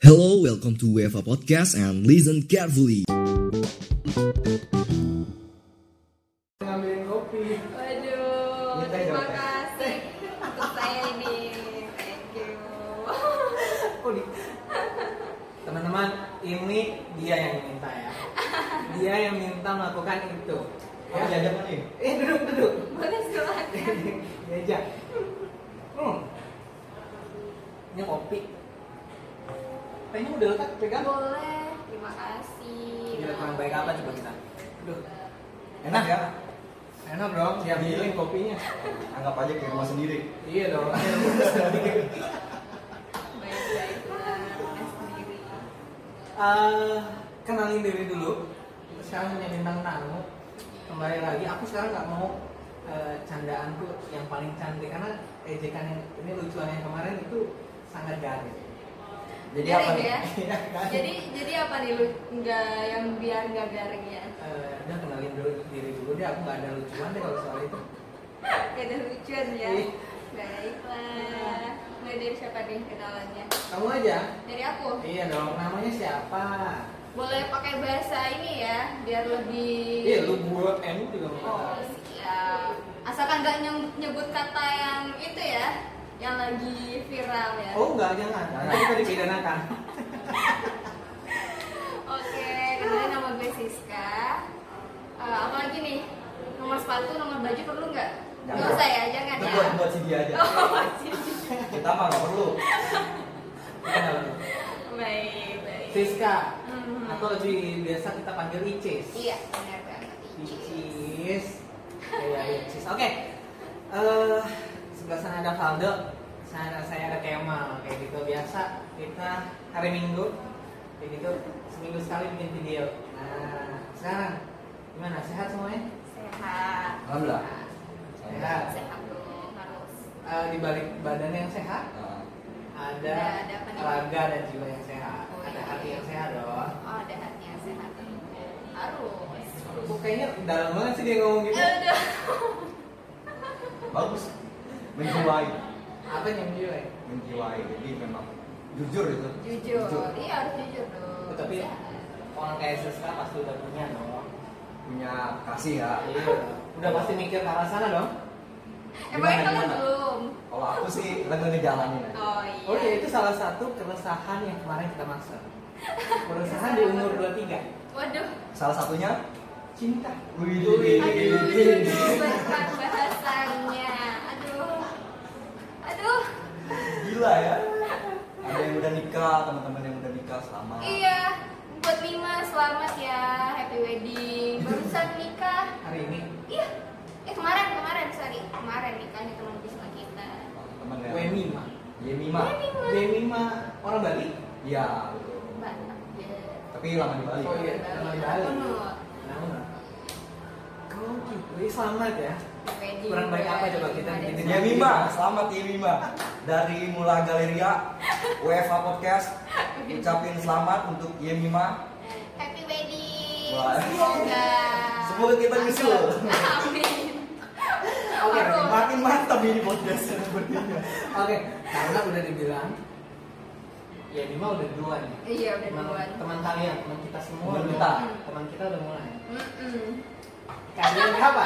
Hello, welcome to UEFA Podcast and listen carefully. Ngambilin kopi. Waduh, terima kasih untuk saya ini. Thank you. Teman-teman, ini dia yang minta ya. Dia yang minta melakukan itu. Ya, diajak nih. Duduk. Boleh silakan. Diajak. Ini kopi. Kayaknya udah lekat, pegang. Boleh, terima kasih. Gila, kurang baik apa coba kita? Aduh, Enak ya? enak dong. Diambilin kopinya. Anggap aja kayak rumah sendiri. Iya dong. Baik-baiklah, saya sendiri. Kenalin diri dulu. Kita sekarang punya bintang tamu. Kembali lagi, aku sekarang nggak mau candaanku yang paling cantik karena ejekan yang ini lucuan yang kemarin itu sangat garing. Jadi Garing apa nih? ya? Iya kan? Jadi apa nih lu nggak yang biar nggak garing ya? Udah kenalin dulu diri dulu deh, aku nggak ada lucuan deh kalau soal itu. Gak ada lucuan ya? Iya. Baiklah. Mulai dari siapa nih kenalannya? Kamu aja? Dari aku? Iya dong, namanya siapa? Boleh pakai bahasa ini ya, biar lebih. Iya, lu buat M juga mau Oh kata. siap. Asalkan nggak nyebut kata yang itu ya, yang lagi viral ya. Oh enggak, jangan. Nanti kita dipidanakan. Oke, kenalin nama gue Siska. Apalagi nih, nomor sepatu, nomor baju perlu nggak? Jangan. Nggak usah ya, jangan Itu ya. buat si dia aja. Oh masih. Kita mah nggak perlu. Kenal. Baik, baik. Siska, Mhm. atau lebih biasa kita panggil Icis. Iya, benar banget. Icis. Kayak Icis. Oke. Sebelah sana ada Valdo, saya ada Kemal, kayak gitu biasa kita hari Minggu kayak gitu seminggu sekali bikin video. Nah sekarang gimana, sehat semuanya? Sehat. Alhamdulillah. Sehat. Sehat dong, harus. Di balik badan yang sehat Nah, ada Ada apa nih? raga dan jiwa yang sehat, Oh, ada iya. hati yang sehat dong. Oh, ada hati yang sehat. Harus. Kok kayaknya dalam banget sih dia ngomong gitu. Udah. bagus. Menjiwai. Apa yang jiwa? Menjiwai. Jadi memang jujur itu. Jujur. Iya, harus jujur dong. Tapi Sehat. orang kayak Siska pasti udah punya dong. Punya kasih ya. Iya. Udah pasti mikir ke arah sana dong. Emangnya Gimana, kalian gimana? belum? Kalau aku sih lagi ngejalanin aja. Oh iya. Oh iya, itu salah satu keresahan yang kemarin kita maksud. Keresahan di umur 23. Waduh. Salah satunya Cinta. Wih. Aduh, berat bahasannya. Aduh. Gila ya. Ada yang udah nikah, teman-teman yang udah nikah selamat. Iya. Buat Mima selamat ya, happy wedding. Barusan nikah. Hari ini Iya. Kemarin nikahnya teman bisma kita. Teman ya. Wemima. Yemima. Wemima orang Bali. Iya, betul. Banyak ya. Tapi lama di Bali. Oh iya, nama di Bali. Benar. Nah, kau gitu. Selamat ya. Wedding Kurang baik apa coba kita ada bikin yang Yemima, selamat Yemima. Dari Mula Galeria UEFA Podcast ucapin selamat untuk Yemima. happy wedding. Wah. Semoga Semoga kita nyusul. Amin. Oke, Harus. Makin mantap ini podcastnya sepertinya. Oke, karena udah dibilang Yemima udah duluan ya. Iya udah duluan. Teman kalian, teman kita semua. Teman udah- kita. Teman kita udah mulai. Mm-mm. Kalian kapan?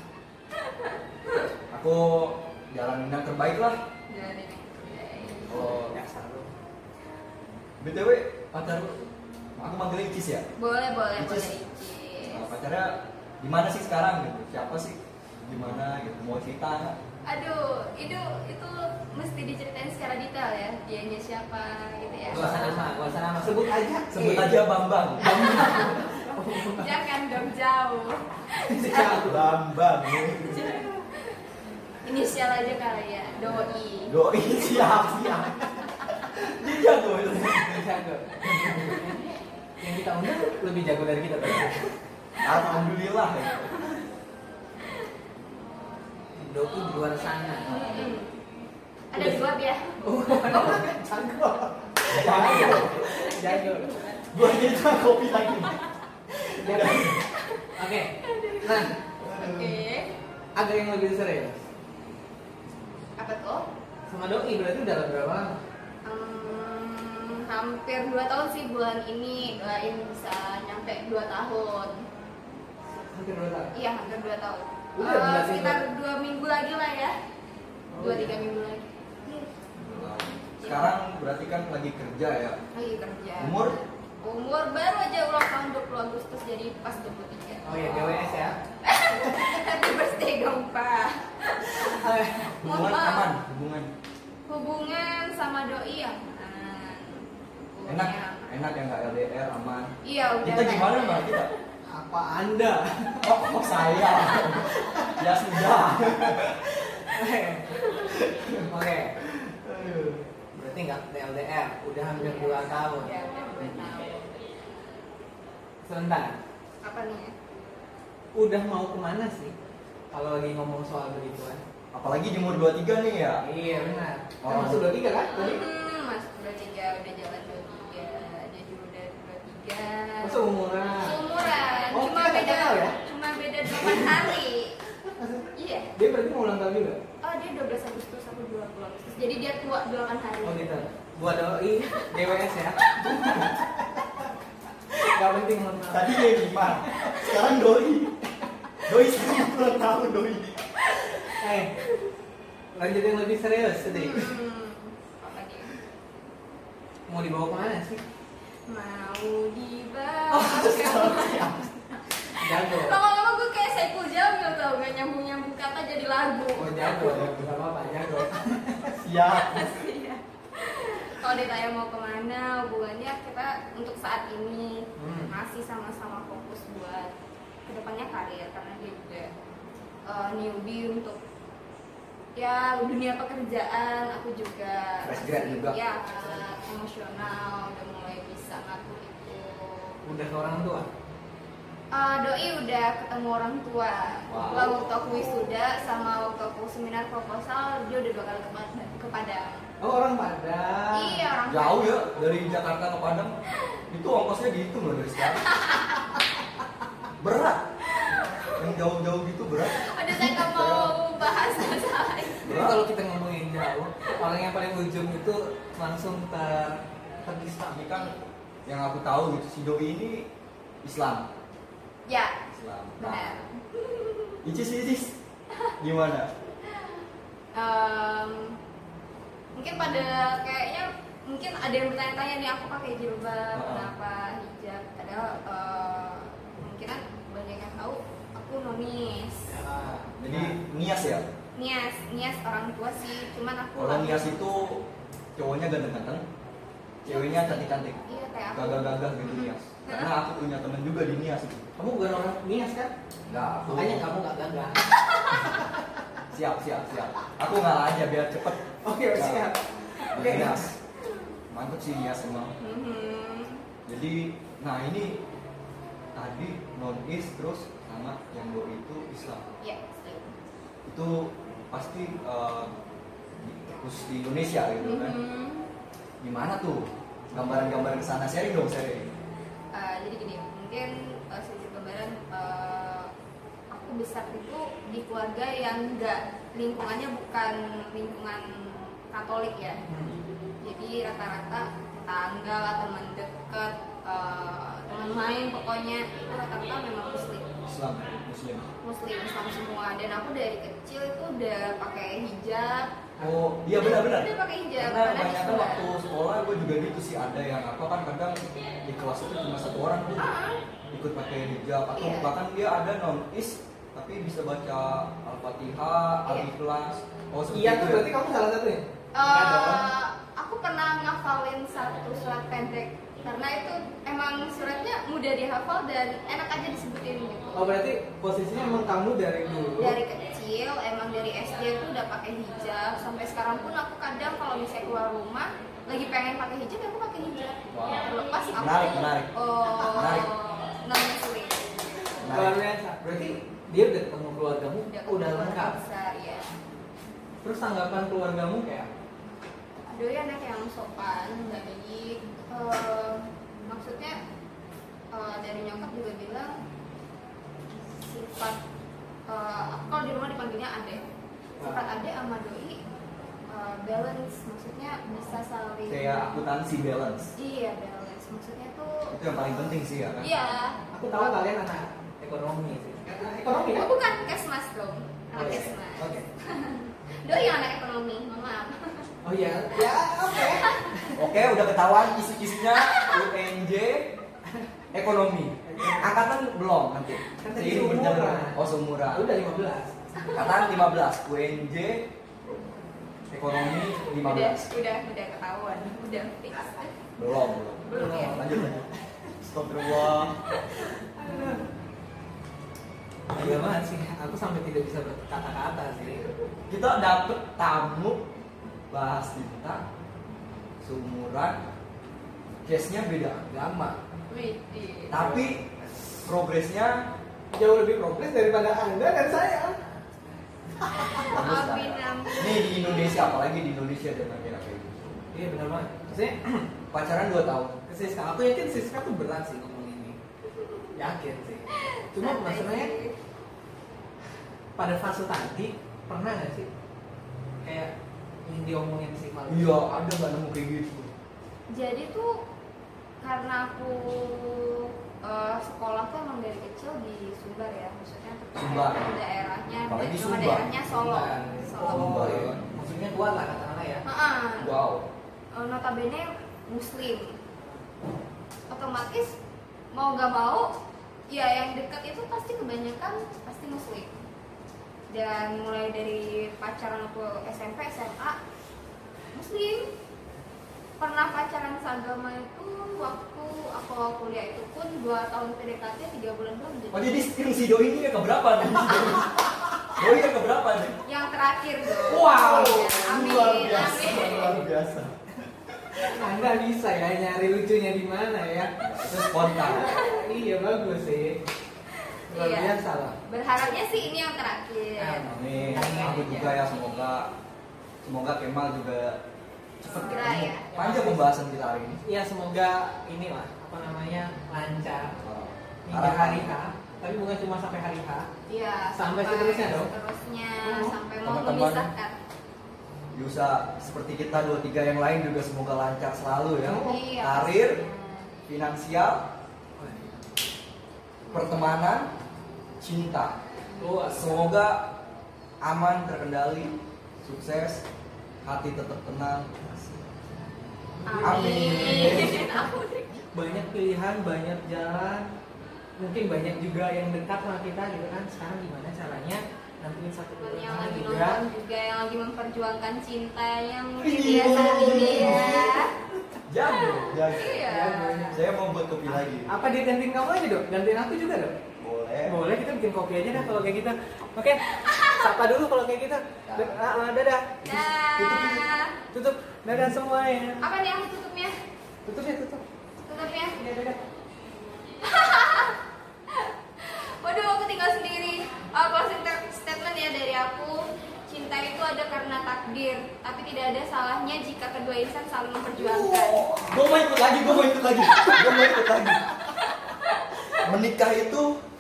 Aku jalanin yang terbaik lah. Jadi, baik. Oh, Dasar lu. BTW pacar lu, aku manggilnya Icis ya. Boleh Icis. Icis. Nah, pacarnya di mana sih sekarang gitu? Siapa sih? Gimana gitu? Mau cerita nggak? Aduh, itu mesti diceritain secara detail ya. Dianya siapa gitu ya. Gak usah nama, gak usah nama. Sebut aja. Sebut aja Bambang. Jangan dong jauh. Bambang. Inisial aja kali ya. Doi. Doi siap. Dia jago itu. Jago. Yang kita undang lebih jago dari kita tadi. Alhamdulillah ya. Doi di luar sana. Mm-mm. Ada dua ya. Oh, jago. Jago. Jago. Gua kita kopi lagi. Jago. Oke. Nah, Oke. agak yang lebih serius. Apa tuh? Sama Doi berarti udah berapa lama? hampir 2 tahun sih bulan ini, doain bisa nyampe 2 tahun. Hampir 2 tahun. Iya, hampir 2 tahun. Udah, berarti Sekitar 2 minggu lagi lah ya. 2-3 minggu lagi. Sekarang berarti kan lagi kerja ya. Lagi kerja. Umur baru aja ulang tahun 20 Agustus, jadi pas 23. Oh iya, GWS ya. Happy birthday dong, Pak. hubungan Maaf. aman, Hubungan sama doi aman. enak Hubungannya enak ya, nggak LDR, aman. Iya, udah. Kita gimana mbak kita? Apa Anda? Oh saya. Ya sudah. Oke. Berarti nggak LDR, udah hampir 2 tahun. Udah hampir 2 tahun. Sebentar, Apa nih? udah mau kemana sih? Kalau lagi ngomong soal begituan. Apalagi di umur 23 nih ya. Iya benar. Kan Oh. masuk 23 kan? Tadi? Masuk 23, udah jalan 23. Dia juga udah 23. Masuk umuran. Umuran, Oh, cuma kita nggak beda kenal ya? cuma beda 8 hari. Iya. Dia berarti mau ulang tahun juga? Oh, dia 12 Agustus, aku 20 Agustus. Jadi dia tua 8 hari. Oh gitu. Buat doi GWS ya. Gak penting mohon maaf. Tadi dia gimana? Sekarang doi. Doi sekarang ulang tahun doi. Lanjut yang lebih serius tadi. Apa dia? Mau dibawa kemana sih? Mau dibawa. Jago. Lama-lama gue kayak Saiful Jamil tau, gak nyambung-nyambung kata jadi lagu. Oh jago. Gak apa-apa jago. Siap. Iya. Kalau ditanya mau kemana, hubungannya kita untuk saat ini masih sama-sama fokus buat kedepannya karir, karena dia juga newbie untuk ya dunia pekerjaan. Aku juga Fresh grad juga. ya emosional, udah mulai bisa ngatur itu. Udah ke orang tua? Doi udah ketemu orang tua. Wow. Lah waktu aku wisuda sama waktu aku seminar proposal, dia udah 2 kali ke Padang. Oh orang Padang. Iya, orang Jauh Padang. ya dari Jakarta ke Padang. Itu ongkosnya gitu loh dari sekarang. Berat. Yang jauh-jauh gitu berat. Aduh, saya nggak mau bahas masalah itu. Jadi kalau kita ngomongin jauh, orang yang paling ujung itu langsung terdistract. Ini kan yang aku tahu gitu, si doi ini Islam. Ya, Islam. benar. Icis gimana? Mungkin pada kayaknya mungkin ada yang bertanya-tanya nih, aku pakai jilbab, kenapa hijab? Padahal kemungkinan banyak yang tahu aku nonis. Ya. Jadi nias ya? Nias orang tua sih, cuman aku Kalau nias itu cowoknya ganteng-ganteng, ceweknya cantik-cantik, iya kayak aku. gagah-gagah gitu nias. Karena aku punya temen juga di nias itu. Kamu bukan orang Nias kan? Enggak, aku Makanya kamu gak gagah. siap. Aku ngalah aja biar cepet. Oke, siap. Oke. Nias. Mantep sih nias emang. Jadi, nah ini tadi non-is terus sama yang doi itu Islam. Iya, setuju. Itu pasti khusus di Indonesia gitu kan. Gimana tuh gambaran-gambaran kesana, sharing dong. Jadi gini, mungkin sedikit gambaran, aku besar itu di keluarga yang lingkungannya bukan lingkungan Katolik ya. Jadi rata-rata tetangga lah, teman dekat, teman main, pokoknya itu rata-rata memang muslim Islam semua. Dan aku dari kecil itu udah pakai hijab. Oh iya benar. Udah pakai hijab Karena di banyak sekolah. waktu sekolah gue juga gitu sih, ada yang apa kan kadang di kelas itu cuma 1 orang tuh ikut pakai hijab atau Iya. bahkan dia ada non-is tapi bisa baca Al-Fatihah, Iya. Al-Ikhlas. Oh seperti Iya itu tuh ya? berarti kamu salah satunya? Enggak dong. Aku pernah ngafalin 1 surat pendek karena itu emang suratnya mudah dihafal dan enak aja disebutin gitu. Oh berarti posisinya emang kamu dari dulu. Dari kecil emang dari SD tuh udah pakai hijab, sampai sekarang pun aku kadang kalau misalnya keluar rumah lagi pengen pakai hijab ya aku pakai hijab. Wow. Terlepas aku Menarik. Menarik. non muslim. Luar biasa. Berarti dia udah ketemu keluargamu, udah lengkap. Besar ya. Terus tanggapan keluargamu kayak? Doi anak yang sopan, baik. Maksudnya dari nyokap juga bilang sifat aku kalau di rumah dipanggilnya ade. Sifat ade sama doi balance, maksudnya bisa saling Kayak akuntansi balance. Iya, balance. Maksudnya tuh Itu yang paling penting sih ya kan. iya. Aku tahu kalian anak ekonomi sih. Ekonomi kan? Oh, bukan kesmas dong. Oh, Anak iya. kesmas. Oke. Doi yang anak ekonomi, mohon maaf. Oh iya, ya oke. Oke, udah ketahuan kisi-kisinya UNJ ekonomi. Angkatan belum nanti. Kan tadi Seiring seumuran. berjalan. Oh, seumuran. Udah 15. Angkatan 15, UNJ ekonomi 15. Udah ketahuan, udah fix. Belum. Belum ya? Lanjut. Astagfirullah. Iya banget sih, aku sampai tidak bisa berkata-kata sih. Kita dapet tamu bahas cinta seumuran, case-nya beda agama. Wih, Tapi progresnya Jauh lebih progres daripada Anda dan saya. bagus lah. amin, amin. Ini di Indonesia, apalagi di Indonesia dengan kayak gitu. Iya benar banget. Maksudnya Pacaran 2 tahun. ke Siska, aku yakin Siska tuh berat sih ngomong ini. Yakin sih. Cuma Santai masalahnya sih. pada fase tadi pernah nggak sih kayak yang diomongin si Malu? Iya, ada nggak nemu kayak gitu? Jadi tuh karena aku sekolah tuh emang dari kecil di Sumbar ya, maksudnya Sumbar. daerahnya, Apalagi nama Sumbar. daerahnya Solo. Solo. Sumbar, ya. Maksudnya kuat lah katakanlah ya. Heeh. Wow. Notabene Muslim. Otomatis mau gak mau, ya yang dekat itu pasti kebanyakan pasti Muslim. Dan mulai dari pacaran aku SMP, SMA, Muslim. Pernah pacaran seagama itu waktu aku kuliah itu pun 2 tahun PDKT 3 bulan belum jadi. Oh jadi yang si Doi ini yang keberapa nih? Doi yang keberapa nih? Yang terakhir dong. Wow, Amin, luar biasa, amin. luar biasa. Anda bisa ya nyari lucunya di mana ya? Itu spontan. Iya bagus sih. Luar Iya. biasa lah. Berharapnya sih ini yang terakhir. Amin. Aku juga ya semoga Kemal juga cepet Segera ketemu. ya. Panjang pembahasan kita hari ini. Iya semoga inilah apa namanya lancar hingga Harapan. hari H. Tapi bukan cuma sampai hari H. Iya, Sampai seterusnya dong? Seterusnya Oh. sampai mau Teman-teman. memisahkan. Yusa seperti kita 2-3 yang lain juga semoga lancar selalu ya. Iya, Karir, pastinya. finansial, pertemanan, cinta. Luas. Semoga aman, terkendali, sukses, hati tetap tenang. Amin. Banyak pilihan, banyak jalan. Mungkin banyak juga yang dekat sama kita gitu kan. Sekarang gimana caranya nantiin satu Teman yang sama lagi juga. nonton juga yang lagi memperjuangkan cinta yang mungkin Iya. dia saat ini ya. Jago. Iya. Saya mau buat kopi lagi. Apa dia gantiin kamu aja dong? Gantiin aku juga dong? Boleh. Boleh, kita bikin kopi aja dah kalau kayak gitu. Oke, sapa dulu kalau kayak gitu. Dadah. Dah. Tutup. Dadah semuanya. Apa nih aku tutupnya? Tutup ya, tutup. Tutup ya. Ya, dadah. Waduh, aku tinggal sendiri. Closing statement ya dari aku. Cinta itu ada karena takdir, tapi tidak ada salahnya jika kedua insan saling memperjuangkan. Gue mau ikut lagi. Menikah itu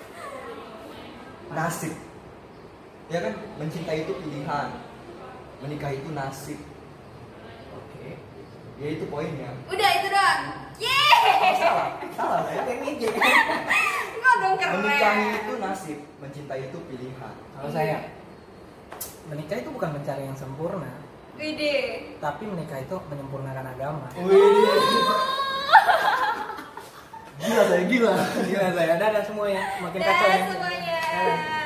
nasib. Ya kan, mencintai itu pilihan. Menikah itu nasib. Oke. Ya itu poinnya. Udah itu doang. Yeay. Salah saya. Kok dong keren. Menikah itu nasib, mencintai itu pilihan. Kalau saya, menikah itu bukan mencari yang sempurna, Wide. tapi menikah itu menyempurnakan agama. Gila saya. Gila saya, dadah semuanya. Makin kacau Dah nih. semuanya. Dadah.